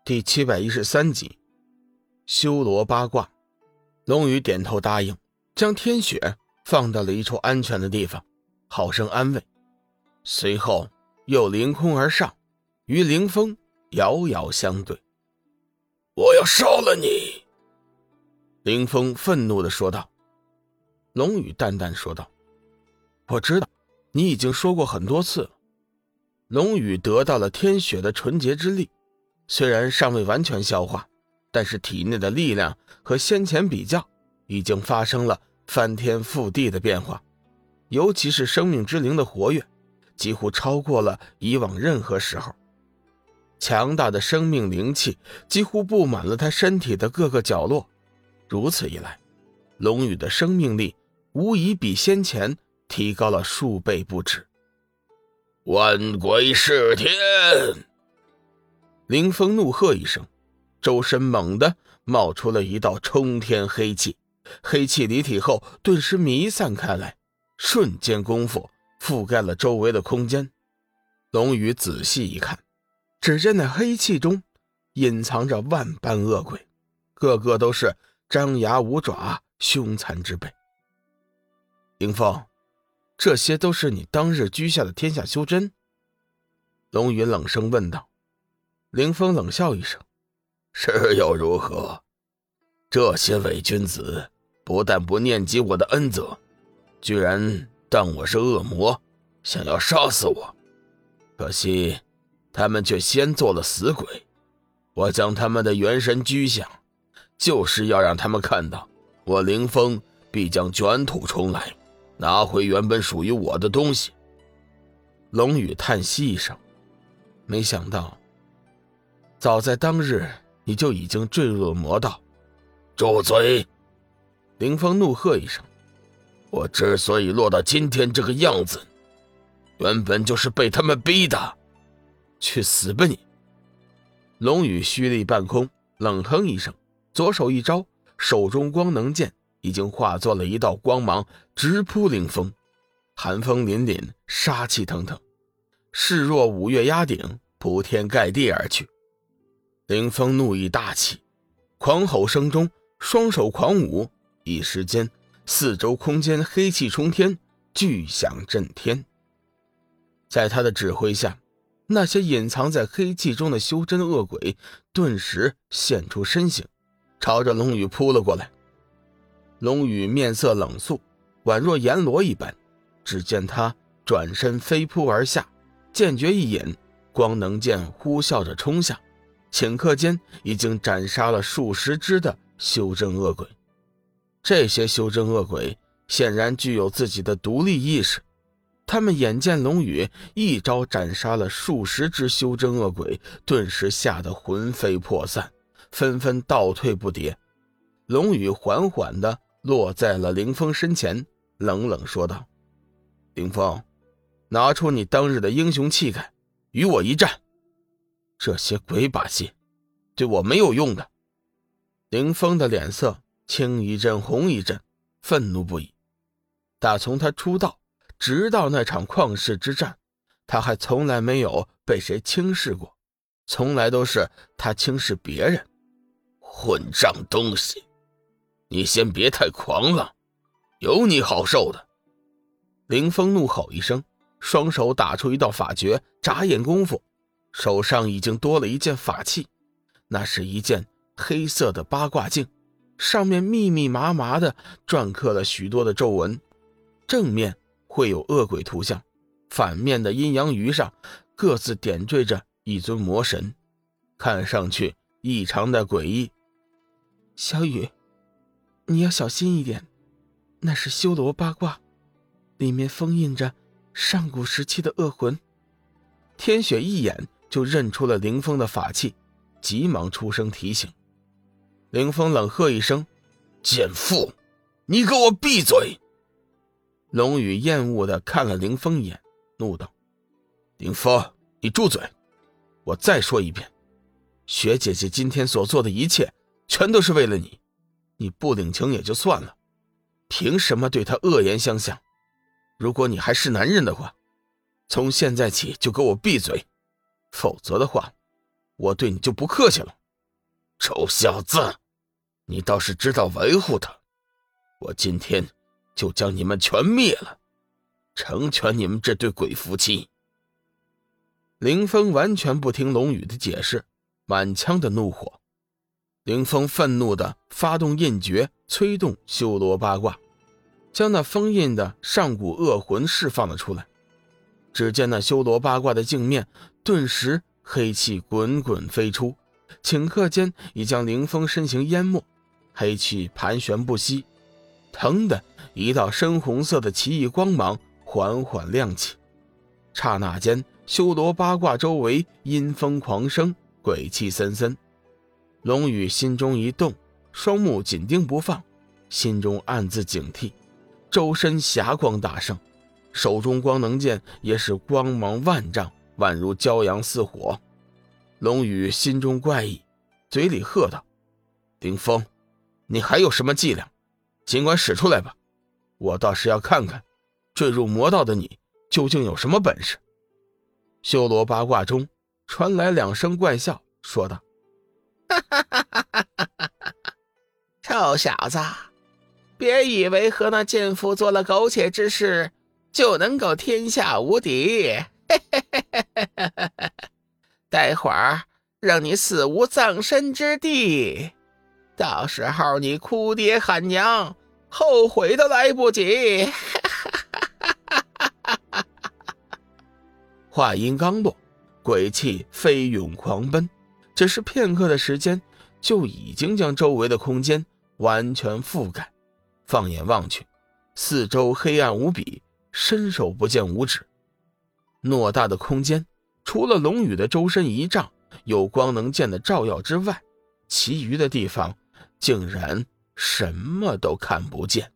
第713集，修罗八卦。龙宇点头答应，将天雪放到了一处安全的地方，好生安慰。随后又凌空而上，与凌风遥遥相对。 我要杀了你！ 凌风愤怒地说道。龙宇淡淡说道，我知道，你已经说过很多次了。龙宇得到了天雪的纯洁之力，虽然尚未完全消化，但是体内的力量和先前比较已经发生了翻天覆地的变化，尤其是生命之灵的活跃几乎超过了以往任何时候。强大的生命灵气几乎布满了他身体的各个角落，如此一来，龙宇的生命力无疑比先前提高了数倍不止。 万鬼噬天！ 凌风怒喝一声，周身猛地冒出了一道冲天黑气，黑气离体后顿时弥散开来，瞬间功夫覆盖了周围的空间。龙宇仔细一看，只见那黑气中隐藏着万般恶鬼，个个都是张牙舞爪，凶残之辈。凌风，这些都是你当日居下的天下修真？龙宇冷声问道。凌风冷笑一声， 是又如何？这些伪君子不但不念及我的恩泽，居然当我是恶魔，想要杀死我。可惜他们却先做了死鬼，我将他们的元神居下，就是要让他们看到我凌风必将卷土重来，拿回原本属于我的东西。 龙宇叹息一声，没想到早在当日你就已经坠入了魔道。 住嘴！ 凌风怒喝一声， 我之所以落到今天这个样子，原本就是被他们逼的。 去死吧你！龙宇虚立半空，冷哼一声，左手一招，手中光能剑已经化作了一道光芒，直扑凌风。寒风凛凛，杀气腾腾，势若五岳压顶，铺天盖地而去。凌风怒意大起，狂吼声中双手狂舞，一时间四周空间黑气冲天，巨响震天。在他的指挥下，那些隐藏在黑气中的修真恶鬼顿时现出身形，朝着龙宇扑了过来。龙宇面色冷肃，宛若阎罗一般，只见他转身飞扑而下，剑诀一引，光能剑呼啸着冲下，顷刻间已经斩杀了数十只的修真恶鬼。这些修真恶鬼显然具有自己的独立意识，他们眼见龙宇一招斩杀了数十只修真恶鬼，顿时吓得魂飞魄散，纷纷倒退不迭。龙宇缓缓地落在了凌风身前，冷冷说道：凌风，拿出你当日的英雄气概，与我一战。这些鬼把戏对我没有用的。凌风的脸色青一阵红一阵，愤怒不已。打从他出道直到那场旷世之战，他还从来没有被谁轻视过，从来都是他轻视别人。 混账东西，你先别太狂了，有你好受的！ 凌风怒吼一声，双手打出一道法诀，眨眼功夫手上已经多了一件法器，那是一件黑色的八卦镜，上面密密麻麻的篆刻了许多的皱纹，正面会有恶鬼图像，反面的阴阳鱼上各自点缀着一尊魔神，看上去异常的诡异。小雨，你要小心一点，那是修罗八卦，里面封印着上古时期的恶魂。天雪一眼就认出了凌风的法器，急忙出声提醒。凌风冷喝一声： 贱妇，你给我闭嘴！ 龙宇厌恶地看了凌风一眼，怒道：凌风，你住嘴！我再说一遍，雪姐姐今天所做的一切全都是为了你，你不领情也就算了，凭什么对她恶言相向？如果你还是男人的话，从现在起就给我闭嘴，否则的话， 我对你就不客气了。 臭小子，你倒是知道维护他，我今天就将你们全灭了，成全你们这对鬼夫妻。 凌风完全不听龙宇的解释，满腔的怒火。凌风愤怒地发动印诀，催动修罗八卦，将那封印的上古恶魂释放了出来。只见那修罗八卦的镜面顿时黑气滚滚飞出，顷刻间已将凌风身形淹没，黑气盘旋不息。腾的一道深红色的奇异光芒缓缓亮起，刹那间修罗八卦周围阴风狂生，鬼气森森。龙宇心中一动，双目紧盯不放，心中暗自警惕，周身霞光大盛，手中光能剑也是光芒万丈，宛如骄阳似火。龙宇心中怪异，嘴里喝道：凌风，你还有什么伎俩？尽管使出来吧，我倒是要看看坠入魔道的你究竟有什么本事。修罗八卦中传来两声怪笑，说道： 臭小子，别以为和那贱妇做了苟且之事就能够天下无敌，待会儿让你死无葬身之地，到时候你哭爹喊娘，后悔都来不及。 话音刚落，鬼气飞涌狂奔，只是片刻的时间，就已经将周围的空间完全覆盖。放眼望去，四周黑暗无比，伸手不见五指。偌大的空间，除了龙宇的周身1丈有光能剑的照耀之外，其余的地方竟然什么都看不见。